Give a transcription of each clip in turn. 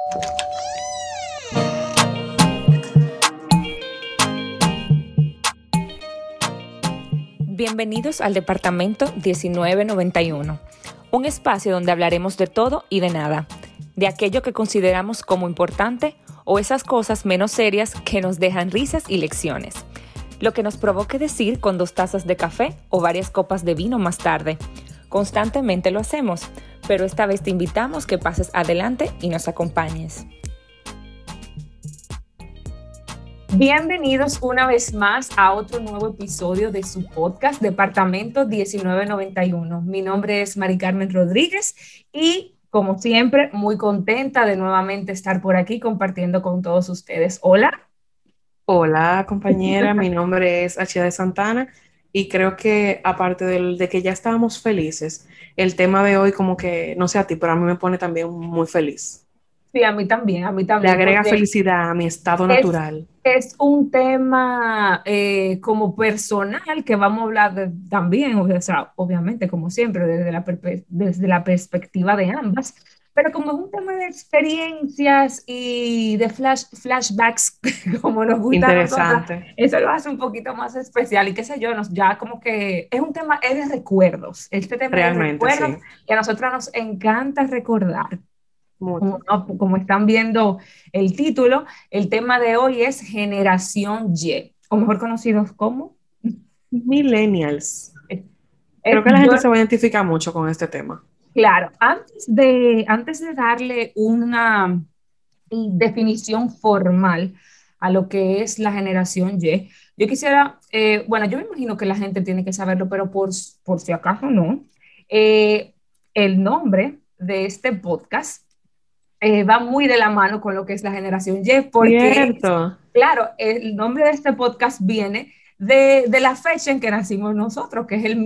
Bienvenidos al Departamento 1991, un espacio donde hablaremos de todo y de nada, de aquello que consideramos como importante o esas cosas menos serias que nos dejan risas y lecciones. Lo que nos provoque decir con 2 tazas de café o varias copas de vino más tarde. Constantemente lo hacemos, pero esta vez te invitamos que pases adelante y nos acompañes. Bienvenidos una vez más a otro nuevo episodio de su podcast Departamento 1991. Mi nombre es Mari Carmen Rodríguez y, como siempre, muy contenta de nuevamente estar por aquí compartiendo con todos ustedes. Hola. Hola, compañera, mi nombre es Achia de Santana y creo que aparte de que ya estábamos felices, el tema de hoy como que, no sé a ti, pero a mí me pone también muy feliz. Sí, a mí Le también, agrega porque felicidad a mi estado es, natural. es un tema como personal que vamos a hablar también, o sea, obviamente, como siempre, desde la perspectiva de ambas, pero como es un tema de experiencias y de flashbacks, como nos gusta a nosotras, Interesante, eso lo hace un poquito más especial y qué sé yo, ya como que es un tema, es de recuerdos, este tema es de realmente, recuerdos sí, y a nosotras nos encanta recordar. Como, mucho. como están viendo el título, el tema de hoy es Generación Y, o mejor conocidos como... Millennials. Es, Creo que la yo, gente se va a identificar mucho con este tema. claro, antes de darle una definición formal a lo que es la generación Y, yo quisiera, bueno, yo me imagino que la gente tiene que saberlo, pero por si acaso no, eh, el nombre de este podcast va muy de la mano con lo que es la generación Y, porque, Cierto, claro, el nombre de este podcast viene de la fecha en que nacimos nosotros, que es el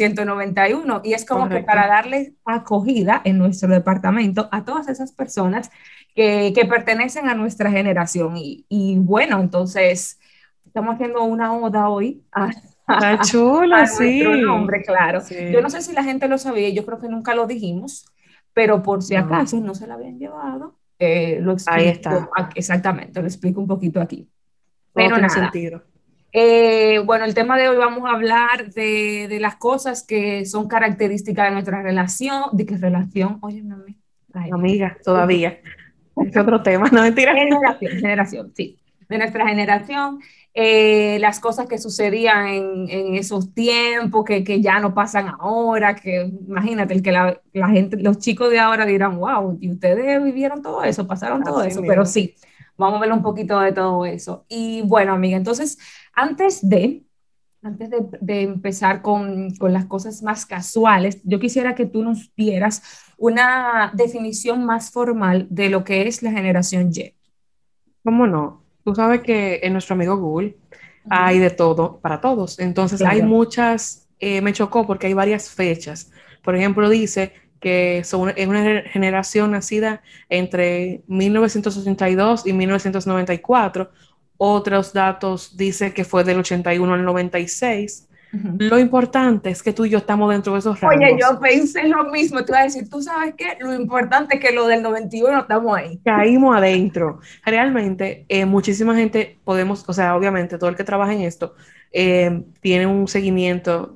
1991, y es como que para correcto. darle acogida en nuestro departamento a todas esas personas que pertenecen a nuestra generación. Y bueno, entonces estamos haciendo una oda hoy Está chulo, a nuestro sí. nombre, claro. Yo no Sí, sé si la gente lo sabía, yo creo que nunca lo dijimos, pero por si no, acaso no se la habían llevado, lo ahí explico está. exactamente, lo explico un poquito aquí. Todo Pero tiene nada, sentido. bueno, el tema de hoy vamos a hablar de las cosas que son características de nuestra relación, de qué relación, oye, mami, ay, Amiga, todavía. Es otro tema, no mentira. generación, sí, de nuestra generación, las cosas que sucedían en esos tiempos, que ya no pasan ahora, que imagínate, el que la gente, los chicos de ahora dirán, wow, y ustedes vivieron todo eso, pasaron todo Así eso, pero mismo. sí, vamos a ver un poquito de todo eso. Y bueno, amiga, entonces, antes de... de empezar con las cosas más casuales, yo quisiera que tú nos dieras una definición más formal de lo que es la generación Y. ¿Cómo no? Tú sabes que en nuestro amigo Google hay Ujú. de todo para todos. Entonces hay Claro. muchas, me chocó porque hay varias fechas. Por ejemplo, dice que es una generación nacida entre 1982 y 1994. Otros datos dice que fue del 81 al 96. Ujú. Lo importante es que tú y yo estamos dentro de esos Oye, rangos. yo pensé lo mismo, te iba a decir, tú sabes qué, lo importante es que lo del 91 estamos ahí. Caímos adentro. Realmente, muchísima gente podemos, o sea, obviamente todo el que trabaja en esto tiene un seguimiento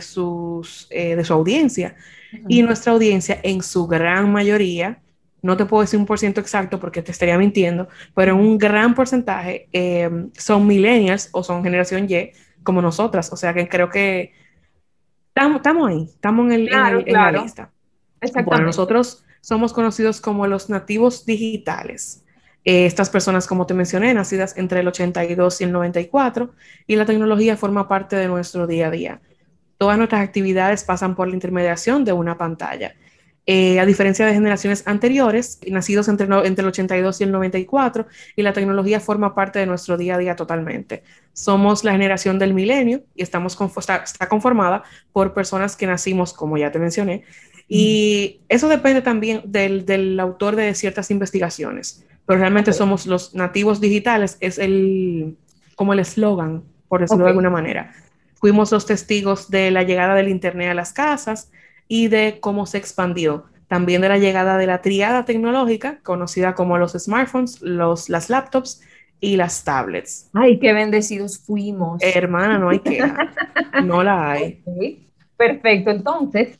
de su audiencia. Y Ujú. nuestra audiencia, en su gran mayoría, no te puedo decir un por ciento exacto porque te estaría mintiendo, pero en Ujú. un gran porcentaje son millennials o son generación Y, como nosotras. O sea que creo que estamos ahí, estamos Claro, en la claro, lista. Bueno, exactamente. nosotros somos conocidos como los nativos digitales. Estas personas, como te mencioné, nacidas entre el 82 y el 94, y la tecnología forma parte de nuestro día a día. Todas nuestras actividades pasan por la intermediación de una pantalla. A diferencia de generaciones anteriores, nacidos entre el 82 y el 94, y la tecnología forma parte de nuestro día a día totalmente. Somos la generación del milenio y está conformada por personas que nacimos, como ya te mencioné, Ujú. y eso depende también del autor de ciertas investigaciones, pero realmente Ok, somos los nativos digitales, es como el eslogan, por decirlo ok. de alguna manera. Fuimos los testigos de la llegada del Internet a las casas y de cómo se expandió. también de la llegada de la triada tecnológica, conocida como los smartphones, las laptops y las tablets. Ay, qué bendecidos fuimos. Hermana, no hay queja, no la hay. Ok, perfecto. Entonces,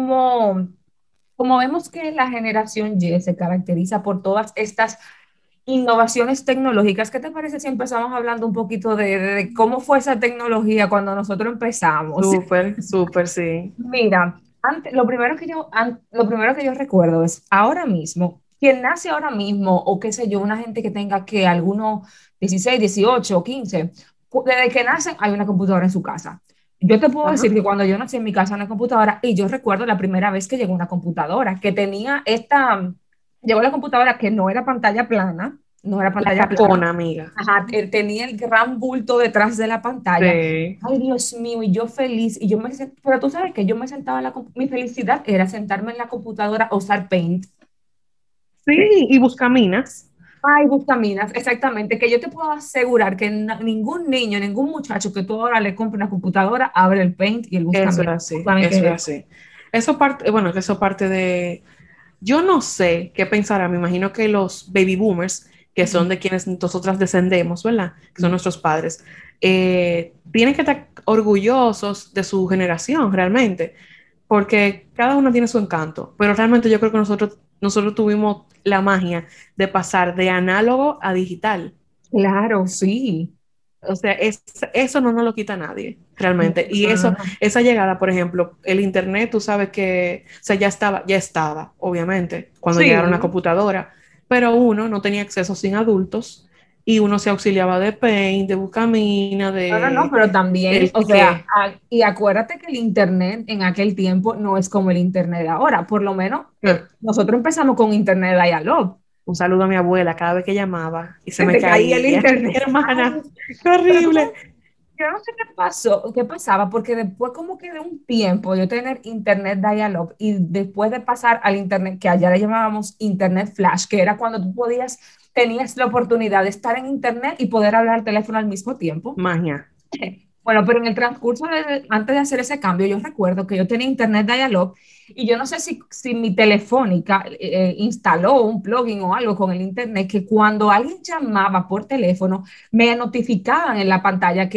como vemos que la generación Y se caracteriza por todas estas innovaciones tecnológicas, ¿qué te parece si empezamos hablando un poquito de cómo fue esa tecnología cuando nosotros empezamos? Súper, súper, sí. Mira, lo primero que yo recuerdo es ahora mismo, quien nace ahora mismo, o qué sé yo, una gente que tenga que algunos 16, 18 o 15, desde que nacen hay una computadora en su casa. Yo te puedo Ajá. decir que cuando yo nací en mi casa una computadora, y yo recuerdo la primera vez que llegó una computadora, que tenía llegó la computadora que no era pantalla plana, no era La pantalla plana. cacona, amiga. Ajá, tenía el gran bulto detrás de la pantalla. Sí. Ay, Dios mío, y yo feliz, y pero tú sabes que yo me sentaba mi felicidad era sentarme en la computadora a usar Paint. Sí, y buscaminas. Ay, Buscaminas, exactamente, que yo te puedo asegurar que ningún niño, ningún muchacho que tú ahora le compre una computadora abre el Paint y el Eso es Buscaminas. así, ¿Saben qué eso es es eso? así. Eso parte, bueno, que eso parte de, yo no sé qué pensará, me imagino que los baby boomers, que Ujú. son de quienes nosotras descendemos, ¿verdad? Que son nuestros padres, tienen que estar orgullosos de su generación realmente, porque cada uno tiene su encanto, pero realmente yo creo que nosotros tuvimos la magia de pasar de análogo a digital. Claro, sí. O sea, eso no nos lo quita nadie, No, realmente. Y no, no, eso, no. esa llegada, por ejemplo, el internet, tú sabes que, o sea, ya estaba, obviamente, cuando llegaron la Sí. computadora, pero uno no tenía acceso sin adultos y uno se auxiliaba de Paint, de Buscamina, No, no, no, de pero también, el o sea, que, y acuérdate que el Internet en aquel tiempo no es como el Internet de ahora, por lo menos nosotros empezamos con Internet dial-up. un saludo a mi abuela cada vez que llamaba y se Se me te caía el caía. Internet. Hermana, Ay, qué pero tú horrible. sabes, yo no sé qué pasó, qué pasaba, porque después como que de un tiempo yo tener Internet dial-up y después de pasar al Internet, que allá le llamábamos Internet flash, que era cuando tú tenías la oportunidad de estar en Internet y poder hablar al teléfono al mismo tiempo. Magia. Bueno, pero en el transcurso antes de hacer ese cambio, yo recuerdo que yo tenía internet dial-up y yo no sé si mi telefónica instaló un plugin o algo con el internet que cuando alguien llamaba por teléfono me notificaban en la pantalla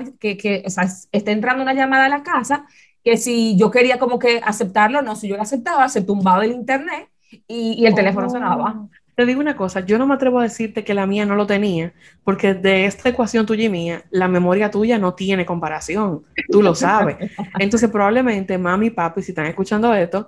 o sea, está entrando una llamada a la casa, que si yo quería como que aceptarlo o no, si yo la aceptaba, se tumbaba el internet y el teléfono sonaba. Oh, te digo una cosa, yo no me atrevo a decirte que la mía no lo tenía, porque de esta ecuación tuya y mía, la memoria tuya no tiene comparación, tú lo sabes. Entonces probablemente mami y papi, si están escuchando esto,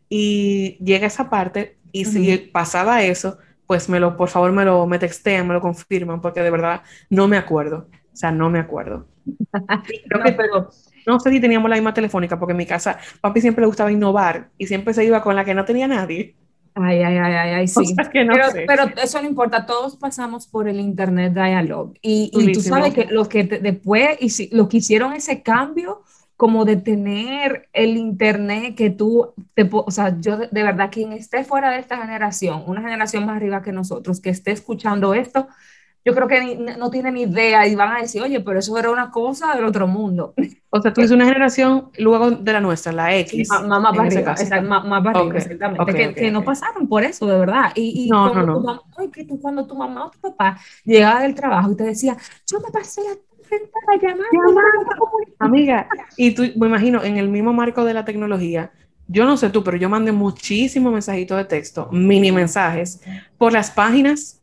y llega esa parte, y si Ujú. pasaba eso, pues por favor me textean, me lo confirman, porque de verdad no me acuerdo, o sea, no me acuerdo. Y creo No, que, pero no sé si teníamos la misma telefónica, porque en mi casa papi siempre le gustaba innovar, y siempre se iba con la que no tenía nadie, ay, ay, ay, ay, ay, o sí. sea que no Pero, sé. pero eso no importa, todos pasamos por el Internet Dialog. Y tú sabes Chulísimo. que los que después los que hicieron ese cambio, como de tener el Internet que o sea, yo de verdad, quien esté fuera de esta generación, una generación más arriba que nosotros, que esté escuchando esto, yo creo que no tiene ni idea y van a decir, oye, pero eso era una cosa del otro mundo. O sea, tú dices una generación luego de la nuestra, la Sí, X, más en para ese arriba, caso. más para Ok, arriba, exactamente, ok, que no ok. pasaron por eso, de verdad. Y No, no, cuando no. cuando tu mamá o tu papá llegaba del trabajo y te decía, yo me pasé la tarde entera llamando y no me Llamando. comunico. Amiga, y tú, me imagino, en el mismo marco de la tecnología, yo no sé tú, pero yo mandé muchísimos mensajitos de texto, mini mensajes, por las páginas.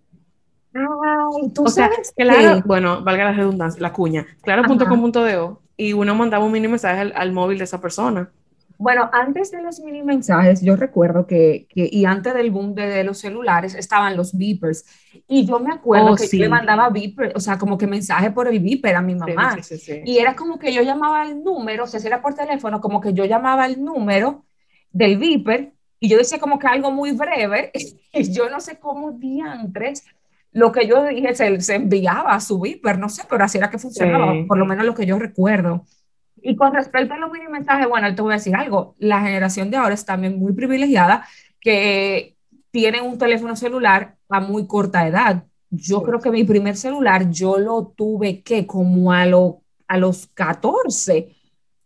Ay, tú O sea, sabes claro, qué. bueno, valga la redundancia, la cuña, Ajá. claro.com.do, y uno mandaba un mini mensaje al móvil de esa persona. Bueno, antes de los mini mensajes, yo recuerdo y antes del boom de los celulares estaban los beepers. Y yo me acuerdo Oh, que yo le sí. mandaba beeper, o sea, como que mensaje por el beeper a mi Sí, sí, mamá. sí, sí. Y era como que yo llamaba el número, o sea, si era por teléfono, como que yo llamaba el número del beeper y yo decía como que algo muy breve. Y yo no sé cómo diantres. Lo que yo dije se enviaba a su beeper, no sé, pero así era que funcionaba, Sí. por lo menos lo que yo recuerdo. Y con respecto a los mini mensajes, bueno, te voy a decir algo. La generación de ahora es también muy privilegiada que tienen un teléfono celular a muy corta edad. Yo Sí. creo que mi primer celular yo lo tuve que como a los 14.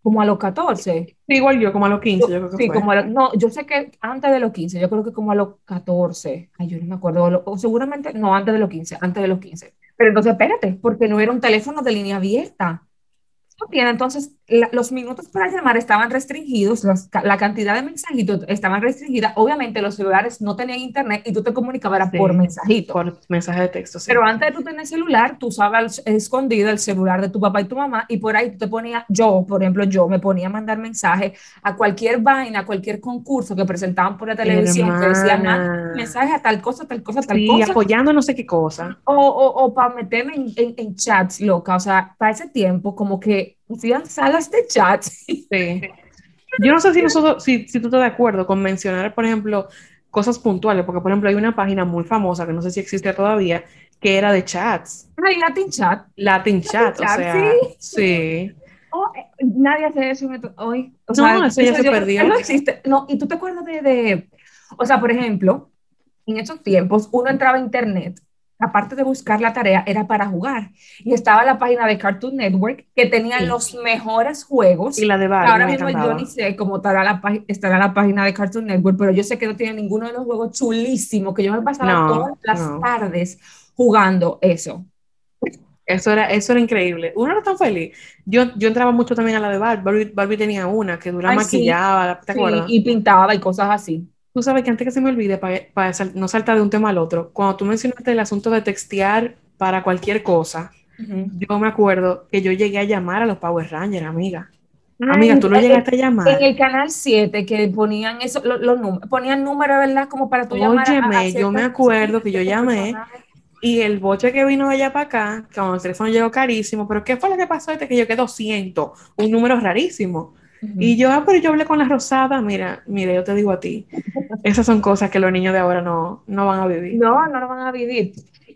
como a los 14. Sí, igual yo, como a los 15 yo creo que Sí, fue. no, yo sé que antes de los 15, yo creo que como a los 14. Ay, yo no me acuerdo, o seguramente, no, antes de los 15, antes de los 15. Pero entonces, espérate, porque no era un teléfono de línea abierta. No tiene, entonces los minutos para llamar estaban restringidos, la cantidad de mensajitos estaban restringidas. Obviamente los celulares no tenían internet y tú te comunicabas era por Sí, mensajito. por mensaje de texto, sí. Pero antes de tú tener celular, tú usabas escondido el celular de tu papá y tu mamá y por ahí tú te ponías, yo, por ejemplo, yo me ponía a mandar mensajes a cualquier vaina, a cualquier concurso que presentaban por la televisión que decían, manda un Hermana. mensaje a tal cosa, tal cosa, tal Sí, cosa, apoyando no sé qué cosa. o para meterme en chats, loca. O sea, para ese tiempo, como que hacían salas de chats. Sí. Yo no sé si nosotros, si tú estás de acuerdo con mencionar, por ejemplo, cosas puntuales, porque por ejemplo hay una página muy famosa que no sé si existe todavía, que era de chats, Ay, Latin chat. Latin Latin Chat, o chat, sí. sea, sí. Oh, nadie hace eso hoy. O No, sea, eso ya eso se yo creo que no perdió. existe. No, y tú te acuerdas o sea, por ejemplo, en esos tiempos uno entraba a internet, aparte de buscar la tarea, era para jugar. Y estaba la página de Cartoon Network que tenían Sí. los mejores Y juegos. la de Barbie Ahora me mismo yo ni encantaba. sé cómo estará la página de Cartoon Network, pero yo sé que no tiene ninguno de los juegos chulísimos, que yo me pasaba todas No, las no. tardes jugando eso. Eso era increíble. Uno era tan feliz. Yo entraba mucho también a la de Barbie. Barbie tenía una que dura Ay, sí, maquillaba, ¿te sí, acuerdas? y pintaba y cosas así. Tú sabes que antes que se me olvide, para no saltar de un tema al otro, cuando tú mencionaste el asunto de textear para cualquier cosa, Ujú. yo me acuerdo que yo llegué a llamar a los Power Rangers, amiga. Ah, Amiga, tú lo llegaste a en llamar. el canal 7 que ponían eso, los números, ponían números, ¿verdad? Como para tú llamar a Óyeme, yo me ciertas, acuerdo que yo ciertos llamé personajes. y el boche que vino de allá para acá, que cuando el teléfono llegó carísimo, pero ¿qué fue lo que pasó? Este que yo quedé 200, un número rarísimo. Y Ujú. yo, pero yo hablé con la Rosada, mira, yo te digo a ti, esas son cosas que los niños de ahora no van a vivir. No, no lo van a vivir.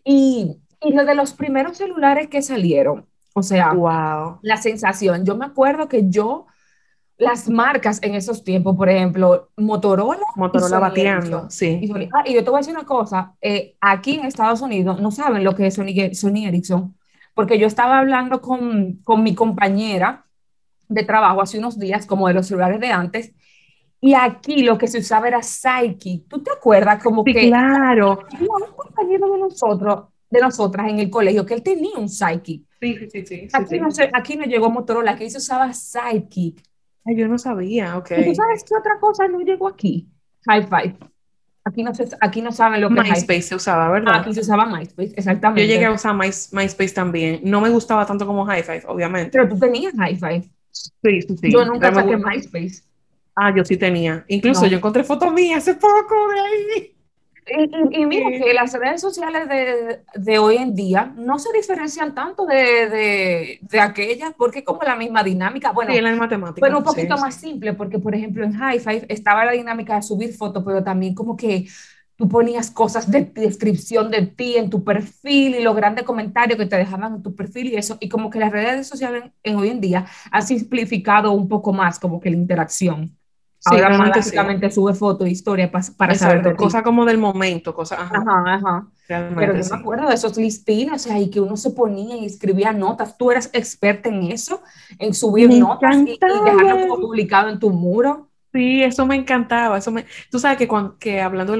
Y lo de los primeros celulares que salieron, o sea, Wow. la sensación, yo me acuerdo que las marcas en esos tiempos, por ejemplo, Motorola y Motorola Sony bateando, Ericsson. sí. Y yo te voy a decir una cosa, aquí en Estados Unidos no saben lo que es Sony Ericsson, porque yo estaba hablando con mi compañera de trabajo hace unos días, como de los celulares de antes, y aquí lo que se usaba era Psyche. ¿Tú te acuerdas? Como Sí, que claro. había un compañero de nosotros, de nosotras en el colegio, que él tenía un Psyche. Sí, sí, sí, sí, sí, sí. Aquí no llegó Motorola, aquí se usaba Sidekick. Ay, yo no sabía, ok. ¿Y tú sabes qué otra cosa no llegó aquí? Hi-Fi. Aquí no saben lo que es MySpace Hi-Fi. se usaba, Ah, ¿verdad? aquí se usaba MySpace, Yo llegué a exactamente. usar MySpace también. No me gustaba tanto como High Five, Pero obviamente. tú tenías Hi-Fi. Sí, sí, Yo sí. nunca saqué MySpace. Ah, yo sí tenía. Incluso yo No. encontré fotos mías hace poco de ahí. Y mira Sí, que las redes sociales de hoy en día no se diferencian tanto de aquellas, porque es como la misma dinámica. sí, en Bueno, la bueno, matemática, un sí. poquito más simple, porque por ejemplo en Hi-Fi estaba la dinámica de subir fotos, pero también como que tú ponías cosas de descripción de ti en tu perfil y los grandes comentarios que te dejaban en tu perfil y eso, y como que las redes sociales en hoy en día han simplificado un poco más como que la interacción. Sí, Ahora más realmente sí. básicamente sube fotos e historia para saber de Exacto. Cosa ti. como del momento, cosa, ajá, Ajá, ajá. Pero realmente yo me sí. acuerdo de esos listines, o sea, y que uno se ponía y escribía notas. Tú eras experta en eso, en subir Me notas y encantaba. dejarlo como publicado en tu muro. Sí, eso me encantaba. Tú sabes que, que hablando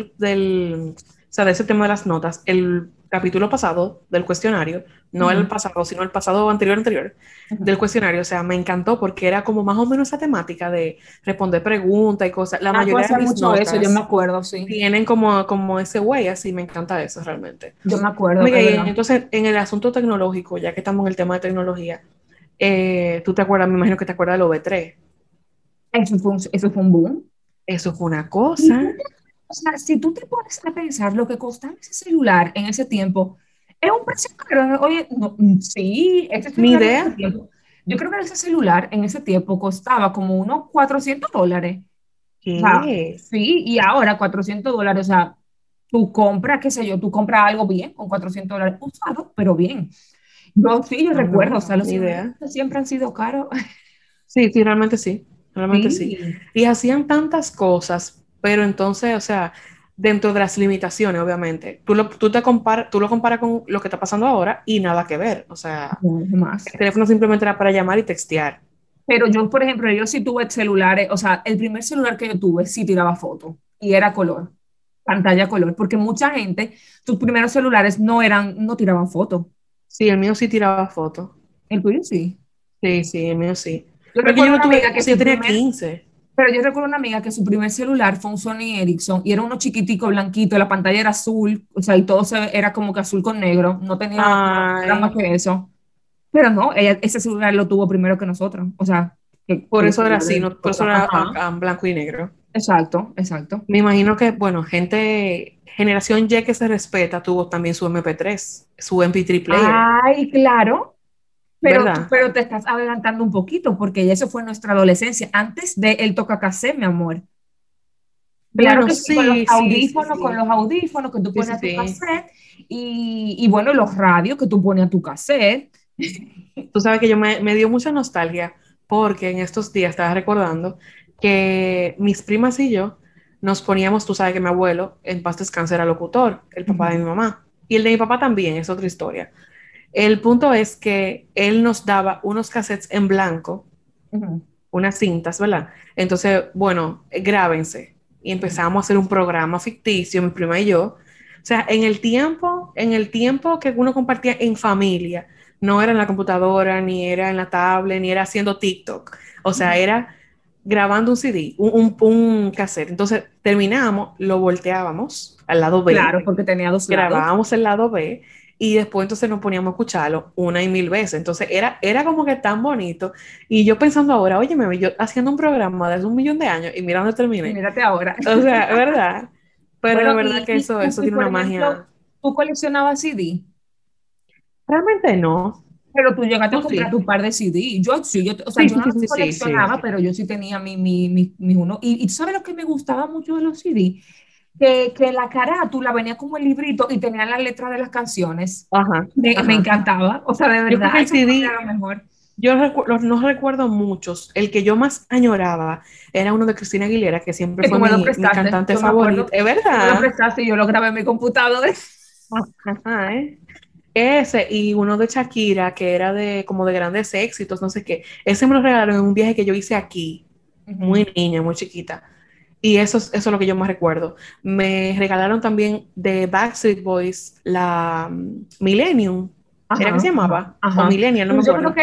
o sea, de ese tema de las notas, el capítulo pasado del cuestionario, no el Ujú, pasado, sino el pasado anterior ujú. del cuestionario, o sea, me encantó porque era como más o menos esa temática de responder preguntas y cosas. La Ah, tú mayoría de hacías mis mucho eso, yo me notas acuerdo, sí. tienen como ese güey, así me encanta eso realmente. Yo me acuerdo, Oiga, es y verdad. entonces en el asunto tecnológico, ya que estamos en el tema de tecnología, tú te acuerdas, me imagino que te acuerdas del OV3. Eso fue un boom. Eso fue una Y cosa. o sea, si tú te pones a pensar lo que costaba ese celular en ese tiempo, es un precio caro. Oye, no, sí, ese Ni celular en ese idea. tiempo, yo creo que ese celular en ese tiempo costaba como unos $400. O sea, ¿Qué? sí, y ahora $400, o sea, tú compras, qué sé yo, tú compras algo bien con $400 usado, pero bien. Yo No, recuerdo, o no, sea, los ni celulares idea. siempre han sido caros. Sí, sí, realmente sí. Realmente sí. Sí. Y hacían tantas cosas, pero entonces, o sea, dentro de las limitaciones, obviamente, tú lo comparas con lo que está pasando ahora y nada que ver. O sea, No, más. el teléfono simplemente era para llamar y textear. Pero yo, por ejemplo, yo sí tuve celulares, o sea, el primer celular que yo tuve sí tiraba foto y era color, pantalla color, porque mucha gente, sus primeros celulares no tiraban foto. Sí, el mío sí tiraba fotos. El tuyo sí. Sí, sí, el mío sí. Yo Pero que yo recuerdo lo una tuve, amiga que sí, yo su tenía primer, 15. pero yo recuerdo una amiga que su primer celular fue un Sony Ericsson y era uno chiquitico, blanquito, la pantalla era azul, o sea, y todo era como que azul con negro, no tenía nada más Ay, que eso. Pero no, ella, ese celular lo tuvo primero que nosotros, o sea, que por los eso era así, celulares de no, por eso nosotros. era Ajá, blanco y negro. exacto, exacto. Me imagino que, bueno, gente, generación Y que se respeta, tuvo también su MP3, su MP3 player, Ay, claro, ¿verdad? pero te estás adelantando un poquito porque ya eso fue nuestra adolescencia, antes de el tocacassette, mi amor. Claro Bueno, que sí, sí, sí, sí, con sí. los audífonos que tú Sí, pones sí, a tu sí. cassette y bueno, los radios que tú pones a tu cassette. Tú sabes que me dio mucha nostalgia porque en estos días estaba recordando que mis primas y yo nos poníamos, tú sabes que mi abuelo, en paz descanse, era locutor, el papá de mi Ujú, mamá. Y el de mi papá también, es otra historia. El punto es que él nos daba unos cassettes en blanco, ujú, unas cintas, ¿verdad? Entonces, bueno, grábense. Y ujú. empezamos a hacer un programa ficticio, mi prima y yo. O sea, en el tiempo que uno compartía en familia, no era en la computadora, ni era en la tablet, ni era haciendo TikTok. O sea, era grabando un CD, un cassette. Entonces, terminábamos, lo volteábamos al lado B, Claro, porque tenía dos lados. grabábamos el lado B y después entonces nos poníamos a escucharlo una y mil veces. Entonces era como que tan bonito. Y yo pensando ahora, oye, yo haciendo un programa de hace 1 millón de años y mira dónde Y terminé. mírate ahora. O sea, ¿verdad? Pero de Bueno, verdad que eso tiene por una ejemplo, magia. tú coleccionabas CD, Realmente no. pero tú llegaste a Tú comprar sí. tu par de CD. Yo sí, o sea, Sí, yo sí, no sí, los sí, sí, sí. coleccionaba, pero yo sí tenía mi uno. Y tú sabes lo que me gustaba mucho de los CD, que la carátula venía como el librito y tenía la letra de las canciones. Ajá, Me ajá. encantaba, o sea, de Yo creo que verdad, el eso para mí CD, era lo mejor. no recuerdo muchos. El que yo más añoraba era uno de Cristina Aguilera, que siempre Que tú fue me lo mi prestaste, cantante yo me favorita. acuerdo, Es tú me lo verdad. prestaste y yo lo grabé en mi computadora. Ajá, ¿eh? Ese y uno de Shakira que era de como de grandes éxitos, no sé qué. Ese me lo regalaron en un viaje que yo hice aquí, Ujú. muy niña, muy chiquita. Y eso es lo que yo más recuerdo. Me regalaron también de Backstreet Boys la Millennium, ¿era que se Ajá, ajá, llamaba? O ajá. Millennial, no me Pues yo creo acuerdo.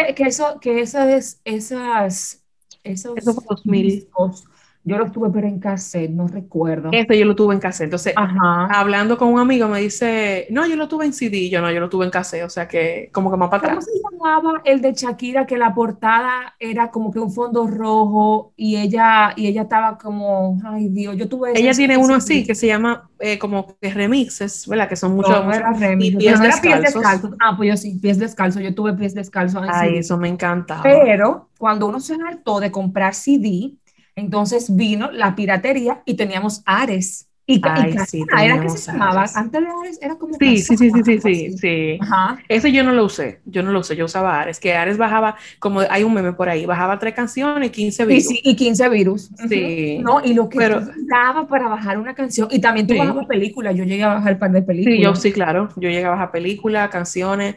Eso fue esos 2000. discos, yo los tuve pero en cassette, no recuerdo. Este yo lo tuve en cassette. Entonces, Ajá. hablando con un amigo me dice, no, yo lo tuve en CD. Yo no, yo lo tuve en cassette. O sea que como que más para ¿Cómo atrás. se llamaba el de Shakira que la portada era como que un fondo rojo y ella estaba como, ay Dios, yo tuve Ella ese tiene uno así CD. que se llama como que remixes, ¿verdad? Que son No, muchos, no muchos, era y remix, pero pies no era pies descalzos. descalzos. Ah, pues yo sí, pies descalzos, yo tuve pies descalzos en Ay, CD. eso me encantaba. Pero cuando uno se hartó de comprar CD, entonces vino la piratería y teníamos Ares. Y Ay, sí, Casona, ¿era que se teníamos llamaba? Ares. Antes de Ares era como Sí, sí, Casona, sí, sí, sí, algo sí, así. sí. Ajá. Ese yo no lo usé, yo no lo usé, yo usaba Ares, que Ares bajaba, como hay un meme por ahí, bajaba 3 canciones y 15 Y virus. sí, y 15 virus. Ujú. Sí, No, y lo que tú pero daba para bajar una canción. Y también tú sí, bajabas películas. Yo llegué a bajar un par de sí, yo películas. sí, claro, yo llegaba a bajar películas, canciones,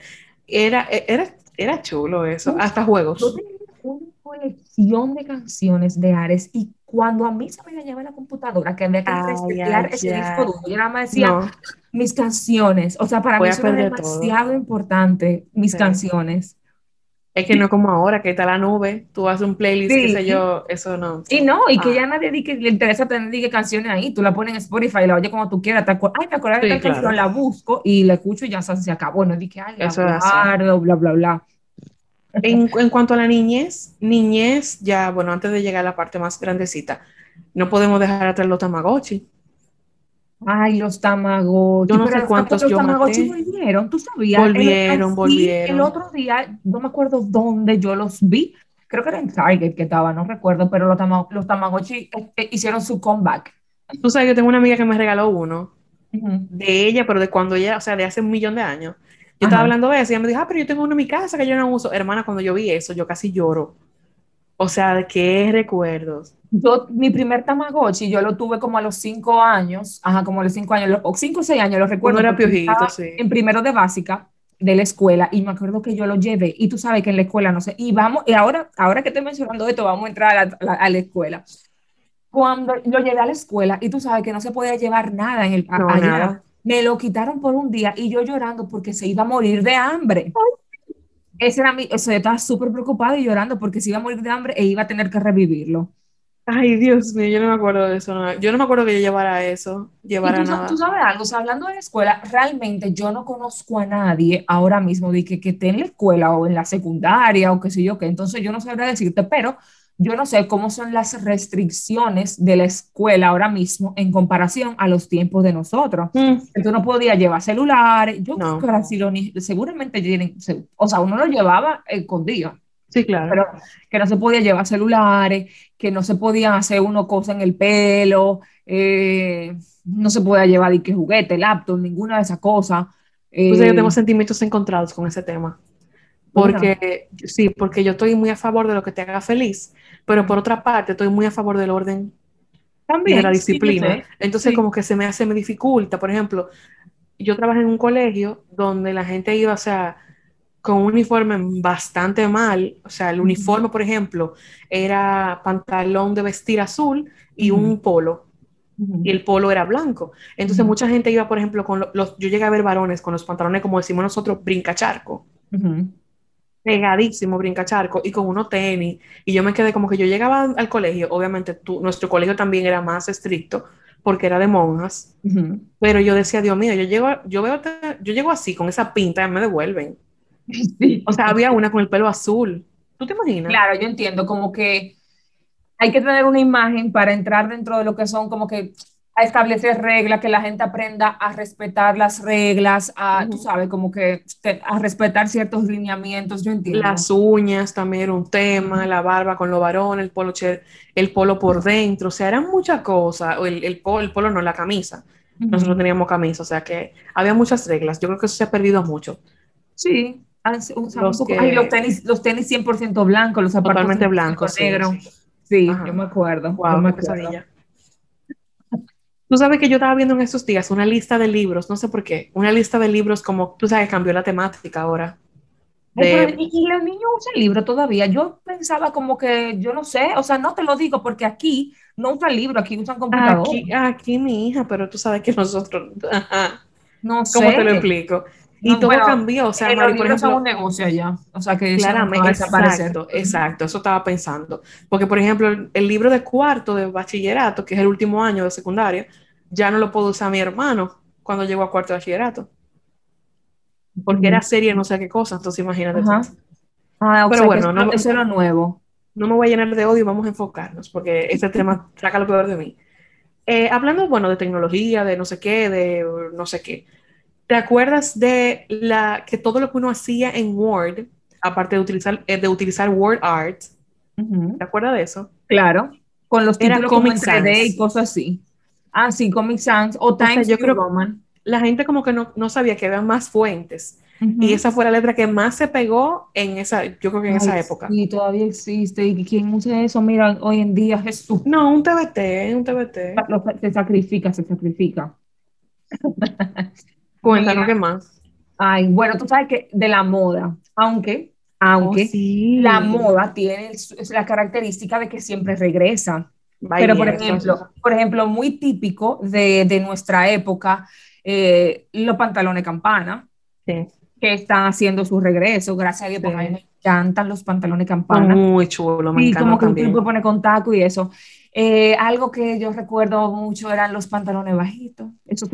era chulo eso, Tú hasta sabes, yo juegos. tenía una colección de canciones de Ares y cuando a mí se me dañaba la computadora, que había que Ay, resetear ay, ese disco ay. duro, yo nada más decía No, mis canciones. O sea, para mí voy a eso era perder todo. demasiado importante, mis Sí. canciones. Es que no como ahora, que está la nube, tú haces un playlist, qué sé Sí. yo, eso no. Y no, y que Ah, ya nadie le interesa tener di que canciones ahí. Tú la pones en Spotify y la oyes como tú quieras. Ay, me acuerdo de sí, tal claro, canción, la busco y la escucho y ya se acabó. No dije, ay, la eso es así. guardo, bla, bla, bla. En cuanto a la niñez, ya, bueno, antes de llegar a la parte más grandecita, no podemos dejar atrás los Tamagotchi. Ay, los Yo Tamagotchi, no pero sé cuántos los yo Tamagotchi maté. volvieron, tú sabías. Volvieron, Sí, el volvieron. otro día, no me acuerdo dónde yo los vi, creo que era en Target que estaba, no recuerdo, pero los Tamagotchi hicieron su comeback. Tú sabes, yo tengo una amiga que me regaló uno Ujú. de ella, pero de cuando ella, o sea, de hace 1 millón de años. Yo estaba Ajá. hablando de eso y ella me dijo, ah, pero yo tengo uno en mi casa que yo no uso. Hermana, cuando yo vi eso, yo casi lloro. O sea, ¿de qué recuerdos? Mi primer Tamagotchi, yo lo tuve como a los 5 años, ajá, como a los 5 años, o 5 o 6 años, lo Uno recuerdo, era porque yo piojito, estaba sí. en primero de básica. de la escuela y me acuerdo que yo lo llevé y tú sabes que en la escuela no sé, y vamos, y ahora que estoy mencionando esto, vamos a entrar a la escuela. Cuando lo llevé a la escuela y tú sabes que no se podía llevar nada No, allá, nada. me lo quitaron por un día y yo llorando porque se iba a morir de hambre. Eso, yo estaba súper preocupada y llorando porque se iba a morir de hambre e iba a tener que revivirlo. Ay, Dios mío, yo no me acuerdo de eso. Yo no me acuerdo que yo llevara eso, Y llevara tú nada. sabes algo, o sea, hablando de la escuela, realmente yo no conozco a nadie ahora mismo de que esté en la escuela o en la secundaria o qué sé yo qué, entonces yo no sabría decirte, pero yo no sé cómo son las restricciones de la escuela ahora mismo en comparación a los tiempos de nosotros. Mm, Tú no podías llevar celulares, yo creo que no, ahora sí seguramente tienen, o sea, uno lo llevaba escondido, sí, claro. pero que no se podía llevar celulares, que no se podían hacer uno cosas en el pelo, no se podía llevar ni que juguete, laptop, ninguna de esas cosas. Pues yo tengo Eh, sentimientos encontrados con ese tema. ¿Verdad? Porque, sí, porque yo estoy muy a favor de lo que te haga feliz, pero por otra parte estoy muy a favor del orden y de la También, sí, yo disciplina. sé. Entonces, Sí. como que me dificulta. Por ejemplo, yo trabajé en un colegio donde la gente iba, o sea, con un uniforme bastante mal. O sea, el Ujú, uniforme, por ejemplo, era pantalón de vestir azul y ujú, un polo. Y ujú, el polo era blanco. Entonces, ujú, mucha gente iba, por ejemplo, con yo llegué a ver varones con los pantalones, como decimos nosotros, brincacharco, ujú. pegadísimo, brincacharco, y con unos tenis. Y yo me quedé como que yo llegaba al colegio, obviamente nuestro colegio también era más estricto porque era de monjas, Ujú. pero yo decía, Dios mío, yo llego así, con esa pinta, me devuelven. Sí. O sea, había una con el pelo azul. ¿Tú te imaginas? Claro, yo entiendo, como que hay que tener una imagen para entrar dentro de lo que son como que a establecer reglas, que la gente aprenda a respetar las reglas, tú Ujú. sabes, como que a respetar ciertos lineamientos, yo entiendo. Las uñas también era un tema, Ujú, la barba con los varones, el polo por dentro, o sea, eran muchas cosas, o el polo no, la camisa. Nosotros ujú. teníamos camisa, o sea que había muchas reglas. Yo creo que eso se ha perdido mucho. Sí, usan un Los poco, ay, que los tenis 100% blancos, los zapatos totalmente 100% blancos, sí. negros. Sí, yo Ajá. me acuerdo, yo Wow, me qué acuerdo. pesadilla. Tú sabes que yo estaba viendo en estos días una lista de libros, no sé por qué, una lista de libros como, tú sabes, cambió la temática ahora. Ay, pero, De y los niños usan libro todavía. Yo pensaba como que, yo no sé, o sea, no te lo digo porque aquí no usan libro, aquí usan computadora. aquí mi hija, pero tú sabes que nosotros, ajá, No ¿cómo te lo sé. explico? Y No, todo bueno, cambió, o sea, los Mari, por libros son un ejemplo, negocio allá, o sea que eso nunca va claramente, a desaparecer. exacto, Ujú, exacto, eso estaba pensando. Porque, por ejemplo, el libro de cuarto de bachillerato, que es el último año de secundaria, ya no lo puedo usar mi hermano cuando llegó a cuarto de bachillerato, porque era ujú. serie no sé qué cosa, entonces imagínate tú. Ajá. Ah, o Pero sea que bueno, no, eso es lo nuevo. no me voy a llenar de odio, vamos a enfocarnos, porque este tema saca lo peor de mí. Hablando, bueno, de tecnología, de no sé qué, de no sé qué. ¿Te acuerdas de que todo lo que uno hacía en Word, aparte de utilizar Word Art, Ujú. ¿te acuerdas de eso? Claro, con los Era títulos como Comic en 3D y Sans. cosas así. Ah, sí, Comic Sans o O sea, Times yo New creo Roman. la gente como que no sabía que había más fuentes. Y Ujú. esa fue la letra que más se pegó en esa, yo creo que en Ay, esa época. sí, todavía existe. ¿Y quién usa eso? Mira, hoy en día Jesús No, un TBT, un TBT. se sacrifica, se sacrifica. Cuéntanos qué Mira, más. ay, bueno, tú sabes que de la moda, aunque, Oh, aunque la sí. moda tiene es la característica de que siempre regresa. Va y Pero, viene, eso es así. por ejemplo, muy típico de nuestra época, los pantalones campana, Sí, que están haciendo su regreso, gracias a Dios, porque a mí sí. me encantan los pantalones Son campana. muy chulos, me Sí, como encantan que tú también. puedes poner con taco y eso. Algo que yo recuerdo mucho eran los pantalones bajitos.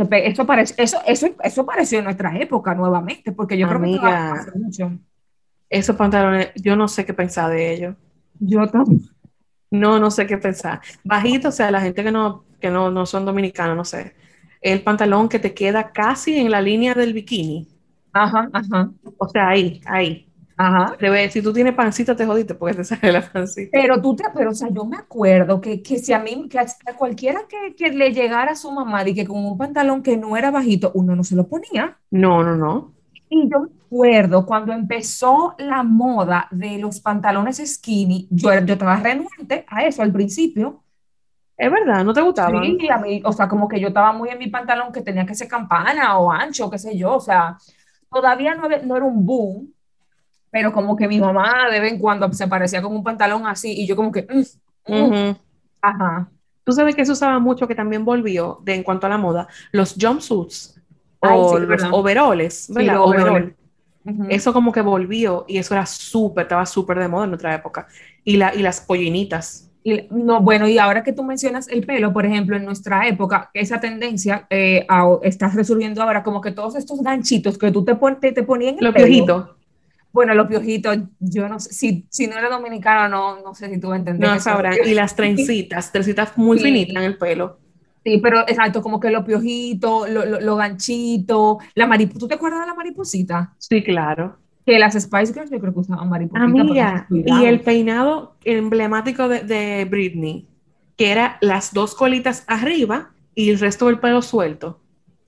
Eso pareció en nuestra época nuevamente, porque yo creo que todavía hace Amiga, mucho. esos pantalones, yo no sé qué pensar de ellos. Yo también. No, no sé qué pensar. Bajito, o sea, la gente que no son dominicanos, no sé. El pantalón que te queda casi en la línea del bikini. Ajá, ajá, O sea, ahí, ahí. ajá. Si tú tienes pancita, te jodiste porque te sale la pancita. Pero, o sea, yo me acuerdo que si a mí, que a cualquiera que le llegara a su mamá y que con un pantalón que no era bajito, uno no se lo ponía. No, no, no. Y yo me acuerdo cuando empezó la moda de los pantalones skinny, yo estaba renuente a eso al principio. Es verdad, no te gustaban. Sí, a mí, o sea, como que yo estaba muy en mi pantalón que tenía que ser campana o ancho, qué sé yo, o sea, todavía no era un boom, pero como que mi mamá de vez en cuando se parecía con un pantalón así y yo como que, Ujú. ajá, Tú sabes que se usaba mucho, que también volvió en cuanto a la moda, los jumpsuits ay, sí, o es los verdad, overoles, sí, ¿verdad? lo overoles. Overol. Ujú. Eso como que volvió y eso era súper, estaba súper de moda en nuestra época. Y las pollinitas. Y, no, bueno, y ahora que tú mencionas el pelo, por ejemplo, en nuestra época, esa tendencia está resurgiendo ahora, como que todos estos ganchitos que tú te ponías en el Los pelo. piojitos, Bueno, los piojitos, yo no sé, si no eres dominicano, no sé si tú entendés no que son los sabrán. Y las piojitos. trencitas muy finitas en Sí, el pelo. sí, pero exacto, como que los piojitos, los ganchitos, la mariposa. ¿Tú te acuerdas de la mariposita? Sí, claro. Que las Spice Girls yo creo que usaban mariposita, pero Amiga, y el cuidado. peinado emblemático de Britney, que era las dos colitas arriba y el resto del pelo suelto,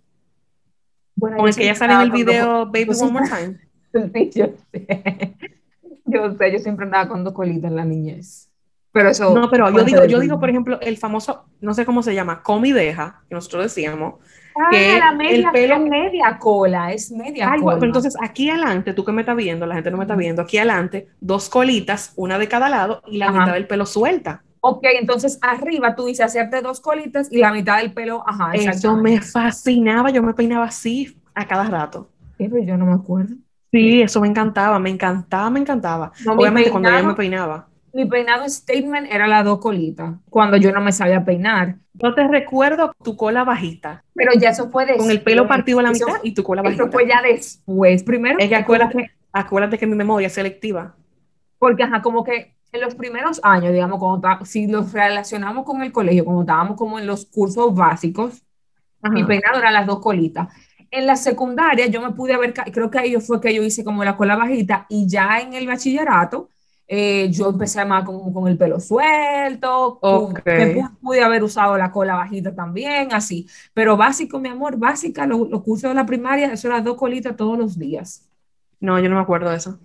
Bueno, con ella el que ella siempre sale en andaba el con dos video Baby One More cositas. Time. Sí, yo sé. Yo sé, yo siempre andaba con dos colitas en la niñez. Pero No, eso pero puede ser del yo digo, por clima. ejemplo, el famoso, no sé cómo se llama, come y deja, que nosotros decíamos, Ah, la que el media, es pelo, media cola, es media algo, pero cola. entonces aquí adelante, tú que me estás viendo, la gente no me está Ujú. viendo, aquí adelante, dos colitas, una de cada lado y la mitad Ajá. del pelo suelta. Ok, entonces arriba tú dices hacerte dos colitas y la mitad del pelo, ajá, Eso exactamente. me fascinaba, yo me peinaba así a cada rato. Pero yo no me acuerdo. Sí, eso me encantaba, me encantaba, me encantaba. No, Obviamente cuando yo me peinaba. mi peinado statement era las dos colitas, cuando yo no me sabía peinar. Yo te recuerdo tu cola bajita, Pero ya eso fue con el pelo después. partido a la mitad y tu cola Eso fue bajita. ya después. Primero, Es que como que acuérdate que mi memoria es selectiva. porque, ajá, como que en los primeros años, digamos, si los relacionamos con el colegio, cuando estábamos como en los cursos básicos, mi Ajá. peinado era las dos colitas. En la secundaria yo me pude haber, creo que ahí fue que yo hice como la cola bajita y ya en el bachillerato yo empecé más con el pelo suelto, Ok. pude haber usado la cola bajita también, así. Pero básico, mi amor, básica, los cursos de la primaria, eso era dos colitas todos los días. No, yo no me acuerdo de eso.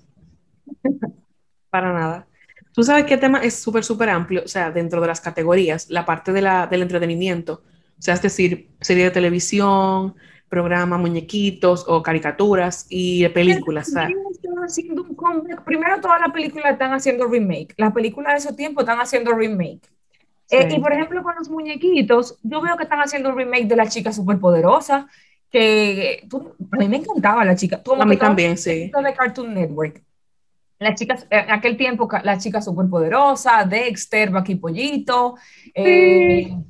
Para nada. Tú sabes qué tema es súper, súper amplio, o sea, dentro de las categorías, la parte del entretenimiento, o sea, es decir, serie de televisión, programa, muñequitos o caricaturas y de películas, o También sea, están haciendo un comeback. Primero, todas las películas están haciendo remake. Las películas de esos tiempos están haciendo remake. Y sí. por ejemplo, con los muñequitos, yo veo que están haciendo un remake de La Chica Superpoderosa, que a mí me encantaba la chica, A como que mí todos también, los sí. muñequitos de Cartoon Network. Las chicas, en aquel tiempo, La Chica Superpoderosa, Dexter, Bucky Pollito, eh, Sí.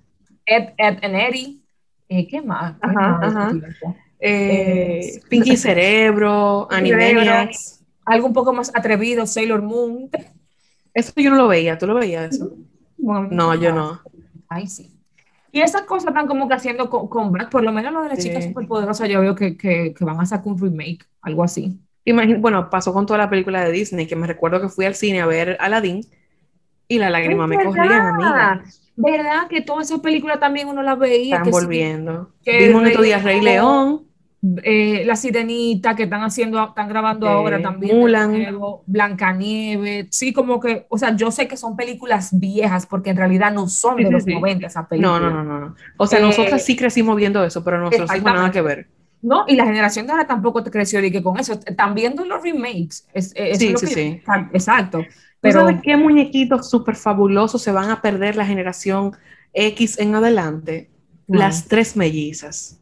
Ed and Eddie. ¿Qué más? ¿Qué Ajá, más de ese ajá. tiempo? Eh, Pinky Cerebro, Cerebro, Animaniacs. algo un poco más atrevido, Sailor Moon. Eso yo no lo veía, ¿tú lo veías eso? Bueno, a mí me No, yo encantaba. no. Ay, sí. Y esas cosas están como que haciendo comeback, por lo menos lo de la chica Sí. superpoderosa, yo veo que van a sacar un remake, algo así. Bueno, pasó con toda la película de Disney, que me recuerdo que fui al cine a ver Aladdin y las Es lágrimas me corrían, amiga. verdad, ¿verdad? Que todas esas películas también uno las veía, Están que sí, volviendo. que el Vimos en Rey estos días Rey León, León, La Sirenita, que están grabando ahora también de Mulan. nuevo, Blancanieves, sí, como que, o sea, yo sé que son películas viejas porque en realidad no son Sí, de sí, los sí. 90 esa No, no, película. no, no, no. O sea, nosotras Eh, sí crecimos viendo eso, pero nuestros hijos nada que Exactamente. ver. No, y la generación de ahora tampoco te creció de que con eso. Están viendo los remakes. Eso es Sí, lo sí, que yo. sí. Exacto. ¿Tú sabes Pero, qué muñequitos súper fabulosos se van a perder la generación X en adelante? ¿cuál? Las tres mellizas.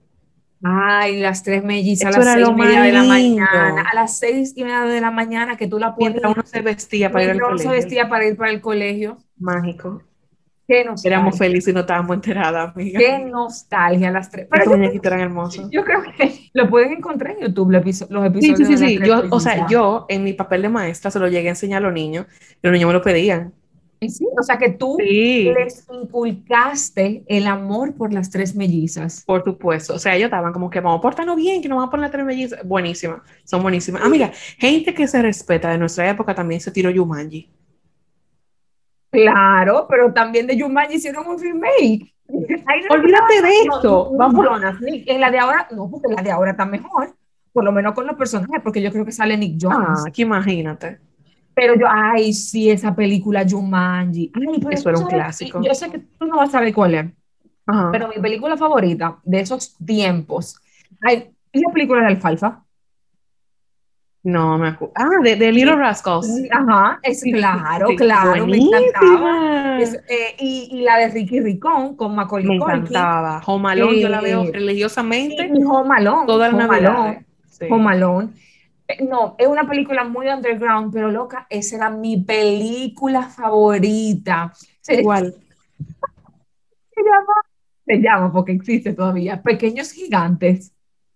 Ay, las tres mellizas a Eso las era seis lo y más media de la mañana. A lindo. las 6:30 de la mañana que tú la Mientras ponías uno se vestía para ir al mientras uno se colegio. vestía para ir para el colegio. Mágico. Qué Éramos nostalgia. felices y no estábamos enteradas, amiga. Qué nostalgia las tres. Pero Esos muñequitos eran hermosos. yo creo que lo pueden encontrar en YouTube, los Sí, sí, episodios sí, de las sí. tres Yo, o sea, mellizas. yo en mi papel de maestra se lo llegué a enseñar a los niños y los niños me lo pedían. Y sí, o sea que tú Sí, les inculcaste el amor por las tres mellizas. por supuesto. O sea, ellos estaban como que vamos a portarnos bien, que nos vamos a poner las tres mellizas. Buenísimas, son buenísimas. Ah, mira, gente que se respeta de nuestra época también se tiró Yumanji. Claro, pero también de Jumanji hicieron un remake. Ahí no es que Olvídate de esto. no, Vamos. clonas. En la de ahora, no, porque la de ahora está mejor, por lo menos con los personajes, porque yo creo que sale Nick Ah, Jonas. que imagínate. Pero ay, sí, esa película Jumanji. Ay, pero Eso tú era un sabes, y yo clásico. sé que tú no vas a saber cuál es, Ajá. pero mi película favorita de esos tiempos, ay, es la película de Alfalfa. No me acuerdo. Ah, de Little Rascals. Ajá, es Sí, sí, sí, claro, sí. claro, me encantaba. Buenísima. Y la de Ricky Ricón con Macaulay Me Culkin. encantaba. Home Alone, yo la veo Eh, religiosamente y Home Alone, todas las Home Alone, navidades. Home Sí. Alone. No, es una película muy underground, pero loca, esa era mi película favorita. ¿Cuál? Se llama, se llama porque existe todavía, Pequeños Gigantes.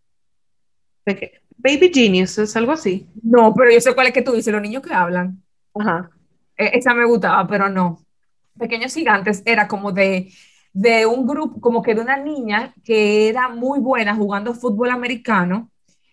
Baby Genius, es algo así. No, pero yo sé cuál es que tú dices, los niños que hablan. Ajá. Esa me gustaba, pero no. Pequeños Gigantes era como de un grupo, como que de una niña que era muy buena jugando fútbol americano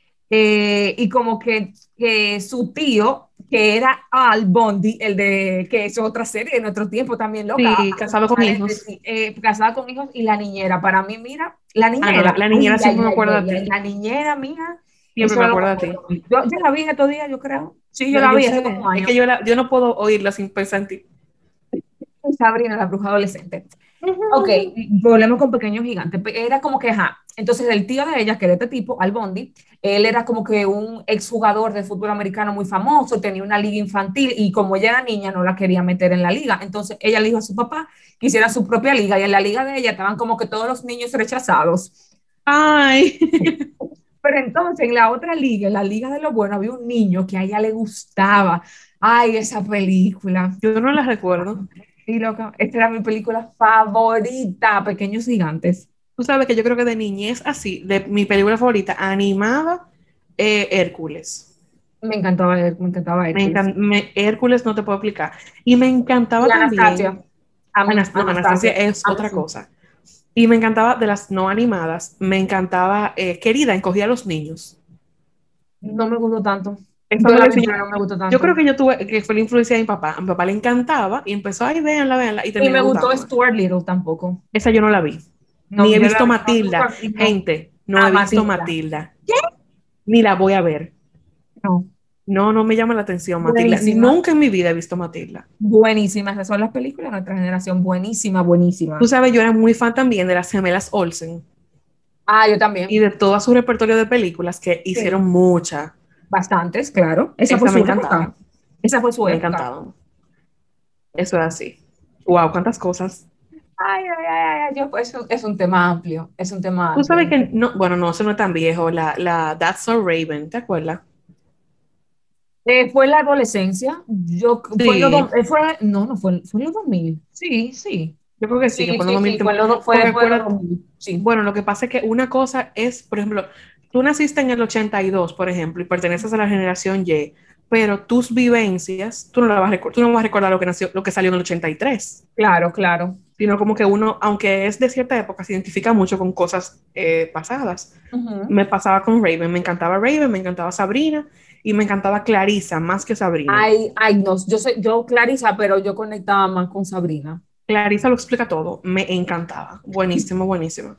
y como que su tío, que era Al Bundy, el de, que es otra serie de nuestro tiempo también loca, Sí, casado con hijos. paréntesis, casada con hijos y la niñera, para mí, mira, la Ah, no, la, niñera, la ay, niñera ay, siempre me ay, acuerda a ay, ay, ti. la niñera mía, Siempre eso me era lo acuerda a mejor. ti. Yo la vi en estos días, yo creo. Sí, yo No, la yo vi hace sé. como Es años. que yo no puedo oírla sin pensar en ti. Sabrina, la bruja adolescente. Ok, Ujú. volvemos con Pequeño Gigante. Era como que, ajá, entonces el tío de ella, que era este tipo, Al Bundy, él era como que un exjugador de fútbol americano muy famoso, tenía una liga infantil y como ella era niña no la quería meter en la liga. Entonces ella le dijo a su papá que hiciera su propia liga y en la liga de ella estaban como que todos los niños rechazados. Ay, Pero entonces en la otra liga, en la liga de lo bueno, había un niño que a ella le gustaba. Ay, esa película. yo no la recuerdo. Sí, loca, esta era mi película favorita, Pequeños Gigantes. Tú sabes que yo creo que de niñez así, de mi película favorita animada, Hércules. Me encantaba Hércules. Hércules no te puedo explicar. Y me Y encantaba también, Anastasia. A mí, No, Anastasia Anastasia. es A mí otra sí. cosa. Y me encantaba de las no animadas, me encantaba Querida, encogía a los niños. No me gustó tanto. Esa Yo me la la vi, enseñó. pero no me gustó Yo creo tanto. que yo tuve, que fue la influencia de mi papá. A mi papá le encantaba y empezó, ay, véanla, véanla, y Y me terminó gustó gustándome. Stuart Little tampoco. Esa yo no la vi. Ni No, he yo la visto vi Matilda. y no. Gente, no Ah, he visto Matilda. Matilda. Ni la voy a ver. No. No, no me llama la atención Matilda. Buenísima. Nunca en mi vida he visto Matilda. Buenísimas. Esas son las películas de nuestra generación. Buenísima, Tú buenísima. sabes, yo era muy fan también de las gemelas Olsen Ah, yo y también. de todo su repertorio de películas que hicieron Sí. mucha. Bastantes, claro. Esa fue Esa me su época. encantaba. Esa fue su Me época. encantaba. Eso es así. Wow, cuántas cosas. Ay, ay, ay, ay, yo, pues, es un tema amplio. Es un tema Tú amplio. sabes que, no, bueno, no, eso no es tan viejo, la That's So Raven, ¿te acuerdas? Fue en la adolescencia, fue en los, Sí, no, no fue, fue en los 2000. Sí, sí, yo creo que sí, que sí, fue en los sí, 2000. sí, fue Porque después de los acuérdate, 2000, sí, bueno, lo que pasa es que una cosa es, por ejemplo, tú naciste en el 82, por ejemplo, y perteneces a la generación Y, pero tus vivencias, tú no, tú no vas a recordar lo que nació, lo que salió en el 83, claro, claro. sino como que uno, aunque es de cierta época, se identifica mucho con cosas pasadas. Ujú. Me pasaba con Raven, me encantaba Sabrina y me encantaba Clarissa más que Sabrina. Ay, ay, no, yo Clarisa, pero yo conectaba más con Sabrina. Clarissa lo explica todo, me encantaba. Buenísimo, buenísimo.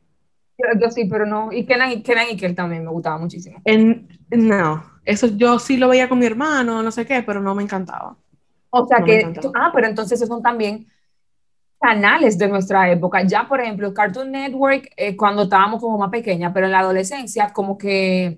Yo sí, pero no, y Kenan y Kel también me gustaba muchísimo. No, eso yo sí lo veía con mi hermano, no sé qué, pero no me encantaba. O sea No me que, encantaba. pero entonces esos son también canales de nuestra época. Ya, por ejemplo, Cartoon Network, cuando estábamos como más pequeña, pero en la adolescencia, como que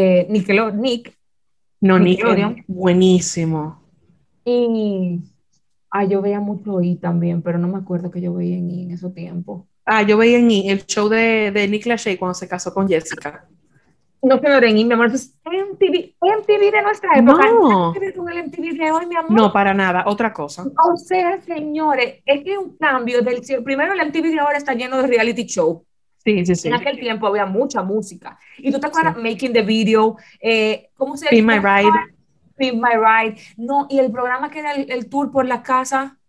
No, Nick es Nickelodeon, buenísimo. y yo veía mucho I también, pero no me acuerdo que yo veía en I en esos tiempos. Ah, yo veía en el show de Nick Lachey cuando se casó con Jessica. No se en I, mi amor, eso es MTV de nuestra época, nada que No, ver con el MTV de hoy, mi amor. no, para nada, otra cosa. O sea, señores, es que un cambio primero el MTV de ahora está lleno de reality show. Sí, sí, En sí, aquel tiempo había mucha música. ¿Y tú te acuerdas? sí. Making the Video, Be My cómo se Ride, llama? Pimp My Ride. No, y el programa que era el tour por la casa,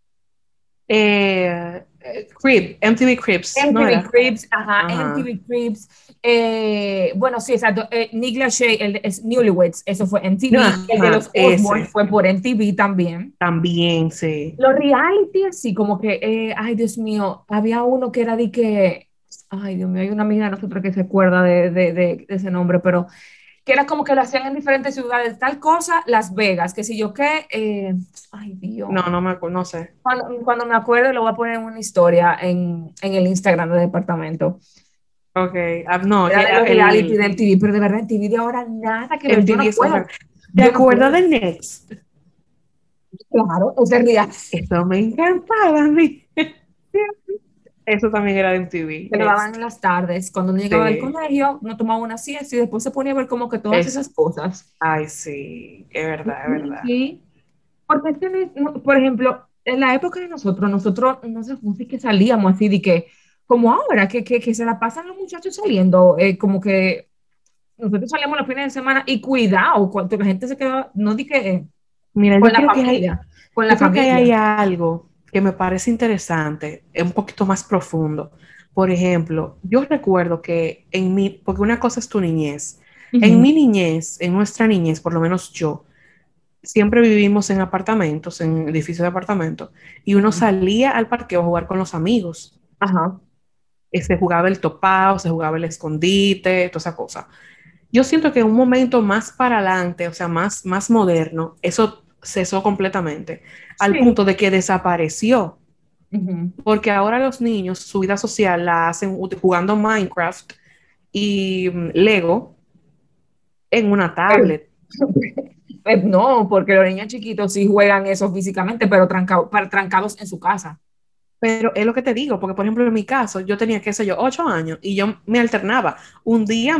MTV Cribs, ¿no MTV era? Cribs, ajá, Ajá. MTV Cribs. Bueno, sí, exacto. Nick Lachey, es Newlyweds, eso fue MTV. El de Ajá, los Osborne ese, fue por MTV también. también, sí. Los reality, así como que, ay, Dios mío, había uno que era de que, ay, Dios mío, hay una amiga de nosotros que se acuerda de ese nombre, pero que era como que lo hacían en diferentes ciudades, tal cosa, Las Vegas, que si yo qué, ay, Dios. No, no me acuerdo, no sé. Cuando me acuerdo, lo voy a poner en una historia en el Instagram del departamento. Ok, no, Era de era los reality del TV, pero de verdad el TV de ahora nada que ver. el Yo TV no es puedo. horrible. ¿Te Yo no acuerdas puedo. del Next? Claro, ese reality. Eso me encantaba a mí. Eso también era de MTV, Que lo daban Next. en las tardes. Cuando uno llegaba del Sí, colegio, uno tomaba una siesta y después se ponía a ver como que todas es, esas cosas. ay, sí, es verdad. Sí, porque es que, por ejemplo, en la época de nosotros no sé, no sé que salíamos así de que, como ahora, que se la pasan los muchachos saliendo, como que nosotros salíamos los fines de semana y cuidado, cuando la gente se quedaba, no di que Mira, con la yo creo que hay familia. algo que me parece interesante, es un poquito más profundo. Por ejemplo, yo recuerdo que porque una cosa es tu niñez. En Ujú. mi niñez, en nuestra niñez, por lo menos yo, siempre vivimos en apartamentos, en edificios de apartamentos, y uno Ujú. salía al parque a jugar con los amigos. Ajá. Se jugaba el topado, se jugaba el escondite, toda esa cosa. Yo siento que un momento más para adelante, o sea, más moderno, eso cesó completamente, al Sí. punto de que desapareció, Ujú. porque ahora los niños su vida social la hacen jugando Minecraft y Lego en una Eh, tablet. no, porque los niños chiquitos sí juegan eso físicamente, pero trancados en su casa. Pero es lo que te digo, porque por ejemplo en mi caso yo tenía, qué sé yo, 8 años y yo me alternaba. Un día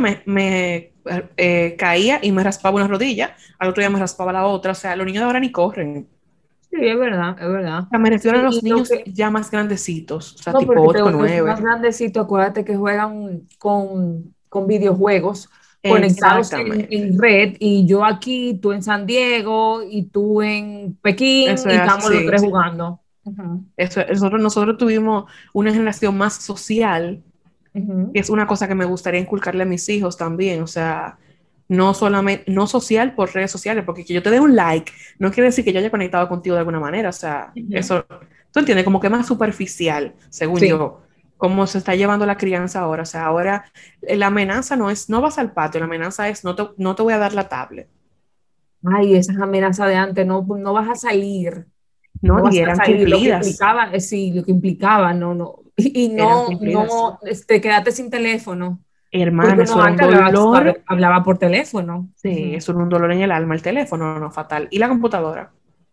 me caía y me raspaba una rodilla, al otro día me raspaba la otra. O sea, los niños de ahora ni corren. Sí, es verdad, es verdad. O sea, me refiero a los Y lo niños que, ya más grandecitos, o sea, no, tipo porque te 8 los más 9. grandecitos, acuérdate que juegan con videojuegos conectados Exactamente. en red, y yo aquí, tú en San Diego, y tú en Pekín, Eso y es estamos los tres así. jugando. Ujú, Nosotros tuvimos una generación más social, que ujú. es una cosa que me gustaría inculcarle a mis hijos también. O sea, no solamente, no social por redes sociales, porque que yo te dé un like no quiere decir que yo haya conectado contigo de alguna manera. O sea, Ujú. eso, tú entiendes, como que más superficial, según Sí. yo, cómo se está llevando la crianza ahora. O sea, ahora la amenaza no es, no vas al patio, la amenaza es, no te voy a dar la tablet. Ay, esas amenazas de antes, no, no vas a salir. No, No y vas a eran salir, lo que cumplidas, implicaba, sí, lo que implicaba, no, no, y eran no, cumplidas. no, quédate sin teléfono, porque Hermana, eso uno era un antes dolor. hablaba por teléfono. Sí, Ujú. eso era un dolor en el alma, el teléfono, no, fatal. ¿Y la computadora?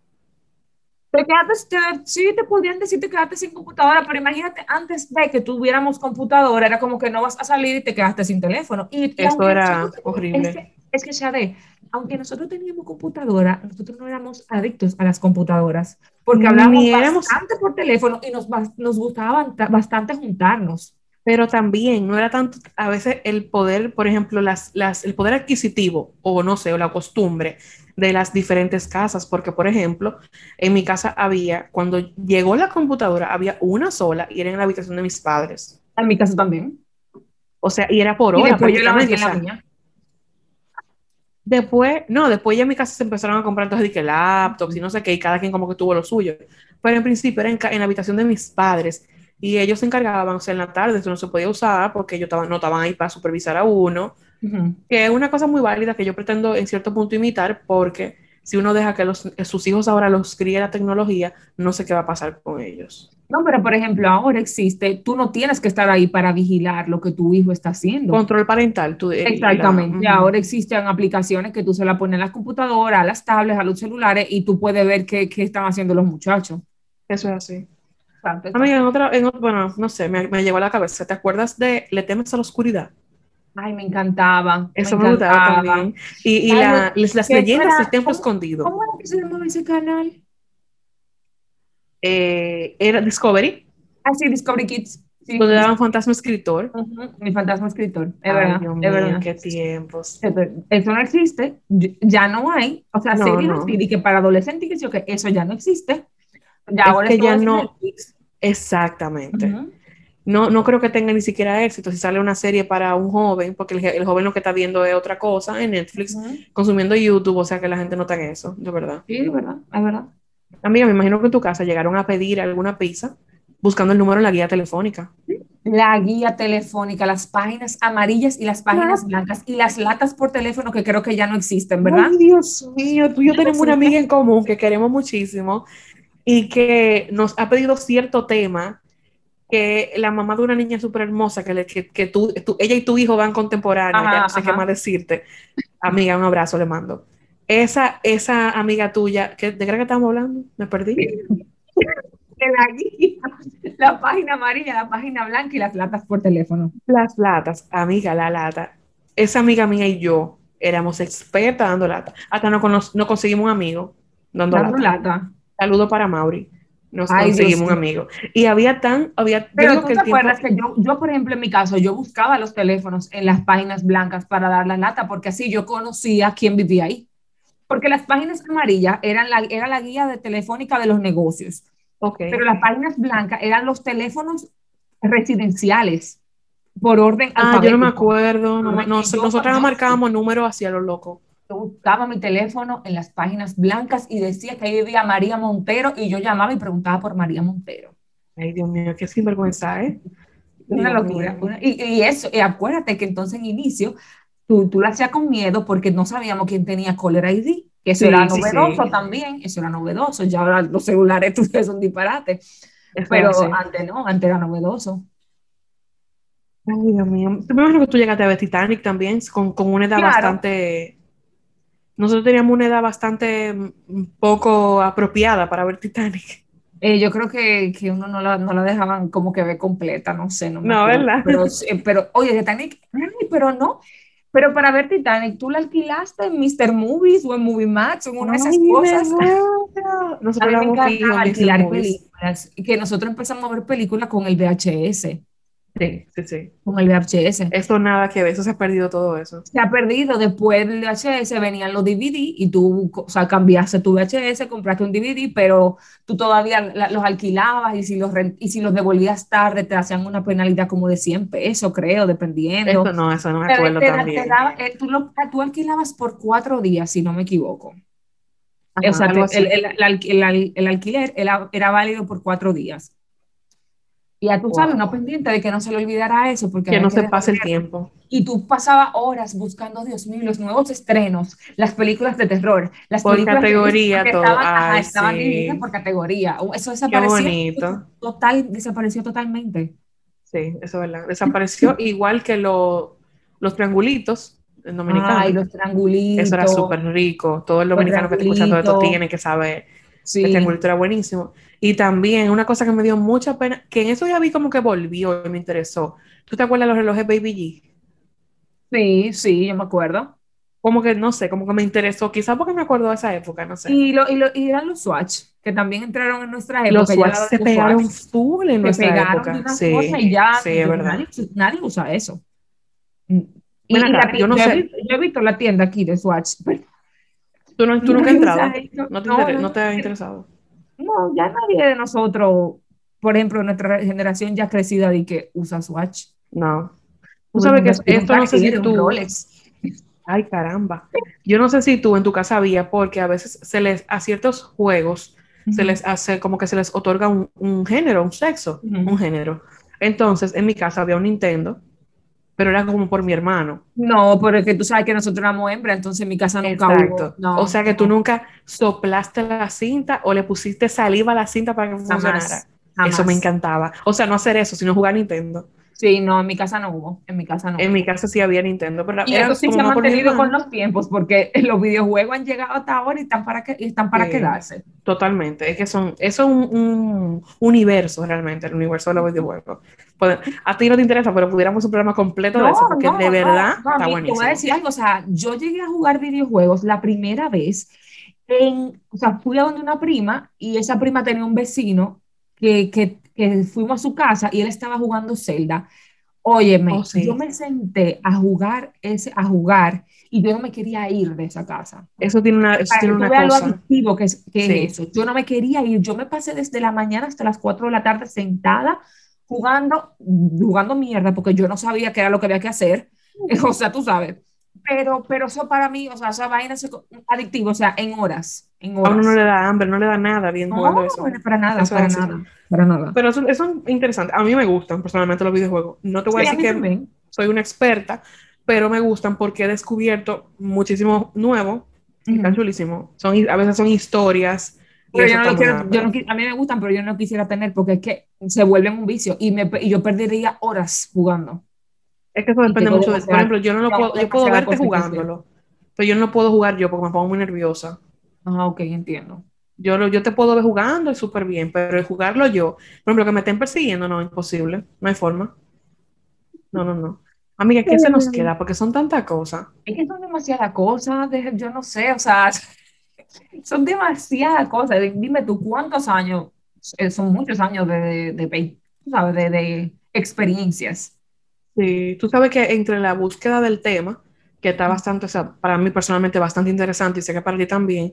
Sí, te podrían decir te quedaste sin computadora, pero imagínate, antes de que tuviéramos computadora, era como que no vas a salir y te quedaste sin teléfono. Y Eso aunque nosotros era teníamos, horrible. Shade, aunque nosotros teníamos computadora, nosotros no éramos adictos a las computadoras, porque hablábamos Ni éramos, bastante por teléfono y nos gustaba bastante juntarnos. pero también no era tanto a veces el poder, por ejemplo, el poder adquisitivo o no sé, o la costumbre de las diferentes casas, porque por ejemplo, en mi casa había, cuando llegó la computadora, había una sola y era en la habitación de mis padres. En mi caso también. O sea, y era por Y hora después yo la metí prácticamente. O en la sea, mía. después, no, después ya en mi casa se empezaron a comprar entonces de que laptops y no sé qué, y cada quien como que tuvo lo suyo. Pero en principio era en la habitación de mis padres y ellos se encargaban, o sea, en la tarde eso no se podía usar porque ellos no estaban ahí para supervisar a uno, Ujú. que es una cosa muy válida que yo pretendo en cierto punto imitar porque si uno deja que sus hijos ahora los críe la tecnología, no sé qué va a pasar con ellos. No, pero por ejemplo, ahora existe, tú no tienes que estar ahí para vigilar lo que tu hijo está haciendo. Control parental, Exactamente. ujú. Ahora existen aplicaciones que tú se las pones a las computadoras, a las tablets, a los celulares, y tú puedes ver qué están haciendo los muchachos. Eso es así. Exacto, Amiga, exacto. bueno, no sé, me llegó a la cabeza. ¿Te acuerdas de Le temes a la oscuridad? Ay, me encantaba, me Eso me gustaba encantaba. también. Y Ay, las que eso leyendas del era, templo escondido. ¿cómo era que se llamaba ese canal? Era Discovery, Ah, sí, Discovery Kids. Sí, donde daban Fantasma Escritor. Ujú, Mi fantasma escritor, es Ay, verdad, Dios es mío, verdad. qué tiempos. Eso no existe, ya no hay, o sea, No, series así no. de que para adolescentes, que sí, ok, eso ya no existe, ya Es ahora es que ya todo en no, Netflix. exactamente. Ujú, No, no creo que tenga ni siquiera éxito si sale una serie para un joven, porque el joven lo que está viendo es otra cosa en Netflix, ujú. consumiendo YouTube, o sea que la gente no está en eso, de verdad. Sí, es verdad, es verdad. Amiga, me imagino que en tu casa llegaron a pedir alguna pizza buscando el número en la guía telefónica. La guía telefónica, las páginas amarillas y las páginas blancas y las latas por teléfono que creo que ya no existen, Ay, ¿verdad? Dios mío, tú y yo Ya no tenemos una amiga existen. en común que queremos muchísimo y que nos ha pedido cierto tema que la mamá de una niña súper hermosa, ella y tu hijo van contemporáneos, ya Ajá, no sé qué más ajá. decirte. Amiga, un abrazo le mando. Esa amiga tuya, ¿de qué era que estamos hablando? Me perdí. De la guía, la página amarilla, la página blanca y las latas por teléfono. Las latas, amiga, la lata. Esa amiga mía y yo éramos expertas dando lata. Hasta nos conseguimos un amigo dando Dando lata. lata. Saludo para Mauri. Nos Ay, Dios conseguimos un mío. amigo. Y yo Pero digo tú que te el tiempo, acuerdas que yo, por ejemplo, en mi caso, yo buscaba los teléfonos en las páginas blancas para dar la lata, porque así yo conocía quién vivía ahí. Porque las páginas amarillas era la guía de telefónica de los negocios, ok. pero las páginas blancas eran los teléfonos residenciales por orden Ah, yo no me alfabético. acuerdo. Y Nosotras marcábamos números hacia lo loco. yo buscaba mi teléfono en las páginas blancas y decía que ahí vivía María Montero y yo llamaba y preguntaba por María Montero. Ay, Dios mío, qué sinvergüenza, ¿eh? Una Dios locura. mío. Y eso, y acuérdate que entonces en inicio tú lo hacías con miedo porque no sabíamos quién tenía Caller ID, que eso era Sí, sí, novedoso sí. también, eso era novedoso. Ya ahora los celulares tú sabes, son disparates, Eso es pero así. antes no, antes era novedoso. Ay, Dios mío. Me imagino que tú llegaste a ver Titanic también, con una edad Claro, bastante. Nosotros teníamos una edad bastante poco apropiada para ver Titanic. yo creo que uno no la dejaban como que ver completa, no sé, no me No, acuerdo. ¿verdad? Pero oye, Titanic, ay, pero no. Pero para ver Titanic, ¿tú la alquilaste en Mr. Movies o en Movie Max o en una de esas Ay, cosas? verdad. A Nosotros mí la me vamos fijo encantaba en Mr. alquilar Movies. películas, y que nosotros empezamos a ver películas con el VHS, Sí, sí, sí. con el VHS. Esto nada que ver, eso se ha perdido todo eso. Se ha perdido, después del VHS venían los DVD y tú, o sea, cambiaste tu VHS, compraste un DVD, pero tú todavía los alquilabas y y si los devolvías tarde te hacían una penalidad como de 100 pesos, creo, dependiendo. Eso no me acuerdo también. Tú alquilabas por 4 días, si no me equivoco. O Ajá, sea, algo así. el alquiler era válido por 4 días. Y ya tú sabes, no Wow. pendiente de que no se le olvidara eso, porque Que había no que se pase el devolverlo. tiempo. Y tú pasabas horas buscando, Dios mío, los nuevos estrenos, las películas de terror, las Por películas de Disney, categoría porque todo. ajá, Ay, estaban divididas sí. por categoría. Eso Qué desapareció, bonito. desapareció totalmente. Sí, eso es verdad. Desapareció igual que los triangulitos en Ay, dominicano. Eso era súper rico. Todo el los dominicano que está escuchando esto triangulitos, tiene que saber que el sí, triangulito era buenísimo. Y también una cosa que me dio mucha pena, que en eso ya vi como que volvió y me interesó. ¿Tú te acuerdas de los relojes Baby G? sí, sí, yo me acuerdo. Como que no sé, como que me interesó, quizás porque me acuerdo de esa época, no sé. Y eran los Swatch, que también entraron en nuestra Los época, ya Swatch la se los Swatch pegaron full en se nuestra pegaron de época. una forma y Sí, ya sí, es verdad. nadie usa eso. Mm. Ven Y acá, yo no sé, yo he visto la tienda aquí de Swatch, pero tú nunca has nadie usa entrado, eso. no te ha interesado. No, ya nadie de nosotros, por ejemplo, nuestra generación ya crecida de que usa Swatch. No. Tú Todo el sabes que mundo quiere un esto no sé si Cartier, un tú, Rolex. ay caramba, yo no sé si tú en tu casa había, porque a veces a ciertos juegos se Ujú, les hace como que se les otorga un género, un sexo, un ujú. género. Entonces, en mi casa había un Nintendo, pero era como por mi hermano. No, porque tú sabes que nosotros éramos hembras, entonces en mi casa nunca hubo. Exacto. O No, sea que tú no, nunca soplaste la cinta o le pusiste saliva a la cinta para que funcionara. jamás, Eso me jamás. encantaba. O sea, no hacer eso, sino jugar Nintendo. Sí, no, en mi casa no hubo, en mi casa no En mi hubo. casa sí había Nintendo, pero Y eso era sí se como ha más por mi mantenido con hermano. los tiempos, porque los videojuegos han llegado hasta ahora y están para Sí, quedarse. totalmente. Es que eso es un universo realmente, el universo de los videojuegos. A ti no te interesa, pero pudiéramos un programa completo de No, eso, porque de no, no, verdad no, a está mí te voy a buenísimo. decir algo, o sea, yo llegué a jugar videojuegos la primera vez o sea, fui a donde una prima y esa prima tenía un vecino que fuimos a su casa y él estaba jugando Zelda. Oh, Óyeme, yo sí. me senté a jugar y yo no me quería ir de esa casa. Eso Para tiene que tú una veas lo cosa. adictivo que es Sí. eso. Yo no me quería ir, yo me pasé desde la mañana hasta las 4 de la tarde sentada jugando mierda, porque yo no sabía qué era lo que había que hacer. O sea, tú sabes. Pero eso para mí, o sea, esa vaina es adictivo, o sea, en A uno no horas. le da hambre, no le da nada bien No, jugando eso. no, para nada, Eso es para así. nada, para nada. Pero eso es interesante. A mí me gustan personalmente los videojuegos. No te voy a Sí, a decir mí que también. soy una experta, pero me gustan porque he descubierto muchísimo nuevo y está Ujú. chulísimo. A veces son historias y Pero eso yo no está lo muy quiero, bárbaro. a mí me gustan, pero yo no quisiera tener porque es que se vuelven un vicio y yo perdería horas jugando Es que eso y depende tengo mucho de, por ejemplo, tengo yo puedo demasiada verte cosa que hacer. jugándolo, pero yo no puedo jugar yo porque me pongo muy nerviosa. Ah, ok, entiendo. Yo te puedo ver jugando y súper bien, pero el jugarlo yo, por ejemplo, que me estén persiguiendo, no, imposible, no hay forma. No, no, no. Amiga, ¿qué se nos Mm. queda? Porque son tantas cosas. Es que son demasiadas cosas, yo no sé, o sea, son demasiadas cosas. Dime tú, ¿cuántos años? Son muchos años tú sabes, de experiencias. Sí, tú sabes que entre la búsqueda del tema, que está bastante, o sea, para mí personalmente bastante interesante y sé que para ti también,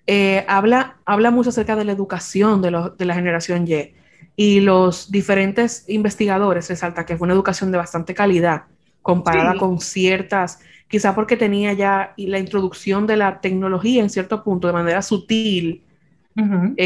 habla mucho acerca de la educación de la generación Y y los diferentes investigadores resaltan que fue una educación de bastante calidad comparada Sí. con ciertas, quizá porque tenía ya la introducción de la tecnología en cierto punto de manera sutil Ujú,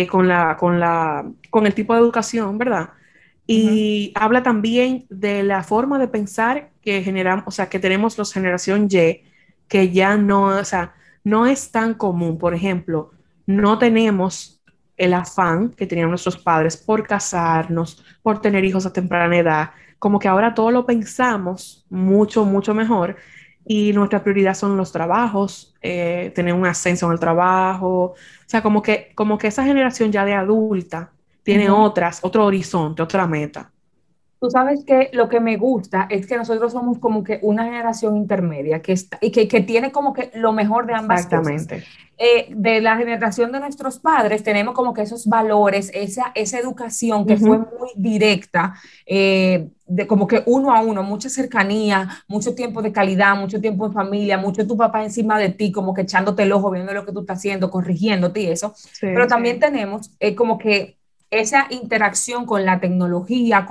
con el tipo de educación, ¿verdad? ujú. Y habla también de la forma de pensar que generamos, o sea, que tenemos los generación Y, que ya no, o sea, no es tan común. Por ejemplo, no tenemos el afán que tenían nuestros padres por casarnos, por tener hijos a temprana edad. Como que ahora todo lo pensamos mucho, mucho mejor y nuestra prioridad son los trabajos, tener un ascenso en el trabajo. O sea, como que esa generación ya de adulta tiene Ujú. otro horizonte, otra meta. Tú sabes que lo que me gusta es que nosotros somos como que una generación intermedia que tiene como que lo mejor de ambas cosas. Exactamente. De la generación de nuestros padres tenemos como que esos valores, esa educación que fue Ujú. muy directa, de como que uno a uno, mucha cercanía, mucho tiempo de calidad, mucho tiempo en familia, mucho tu papá encima de ti, como que echándote el ojo, viendo lo que tú estás haciendo, corrigiéndote y eso. Pero Sí, también tenemos como que esa interacción con la tecnología,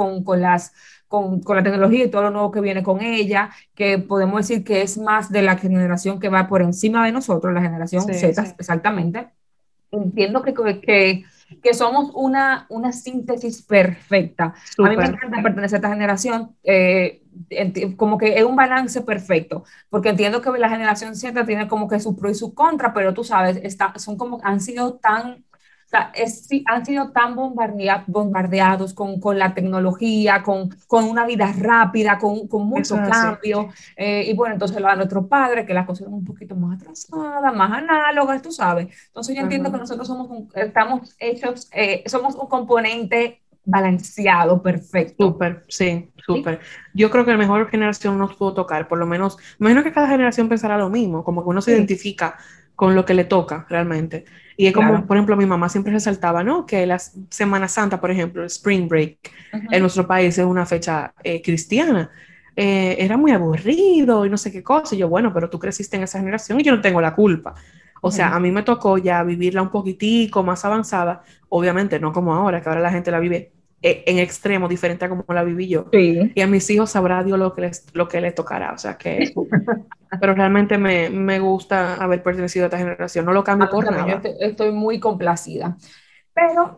con la tecnología y todo lo nuevo que viene con ella, que podemos decir que es más de la generación que va por encima de nosotros, la generación sí, Z, exactamente. Entiendo que somos una síntesis perfecta. A mí me súper. encanta pertenecer a esta generación, como que es un balance perfecto, porque entiendo que la generación Z tiene como que su pro y su contra, pero tú sabes, son como, han sido tan sea, sí, han sido tan bombardeados con la tecnología, con una vida rápida, con Eso mucho es así. cambio. Y bueno, entonces lo a nuestros padres, que las cosas eran un poquito más atrasadas, más análogas, tú sabes. Entonces yo entiendo que Ajá. nosotros estamos hechos, somos un componente balanceado, perfecto. Súper, sí, ¿Sí? súper. Yo creo que la mejor generación nos pudo tocar, por lo menos, imagino que cada generación pensará lo mismo, como que uno se Sí, identifica con lo que le toca realmente. Y es como, claro. por ejemplo, mi mamá siempre resaltaba, ¿no? Que la Semana Santa, por ejemplo, el Spring Break, en Ujú, nuestro país es una fecha cristiana. Era muy aburrido y no sé qué cosa. Y yo, bueno, pero tú creciste en esa generación y yo no tengo la culpa. O sea, ujú. a mí me tocó ya vivirla un poquitico más avanzada, obviamente no como ahora, que ahora la gente la vive en extremo diferente a como la viví yo. Sí. Y a mis hijos sabrá Dios lo que les tocará. O sea que, pero realmente me gusta haber pertenecido a esta generación. No lo A cambio mí por también, yo nada. estoy muy complacida. Pero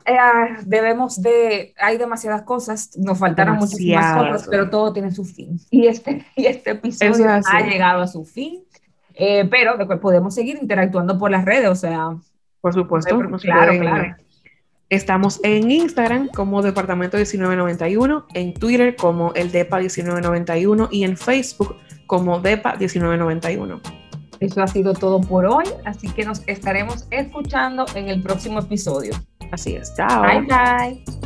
hay demasiadas cosas, nos faltaron muchísimas Demasiadas cosas, pero cosas. todo tiene su fin. Y este Eso episodio es ha así. llegado a su fin, pero después podemos seguir interactuando por las redes, o sea, Por supuesto, claro, claro. estamos en Instagram como Departamento 1991, en Twitter como el DEPA 1991 y en Facebook como DEPA 1991. Eso ha sido todo por hoy, así que nos estaremos escuchando en el próximo episodio. Así es, Bye, chao. bye.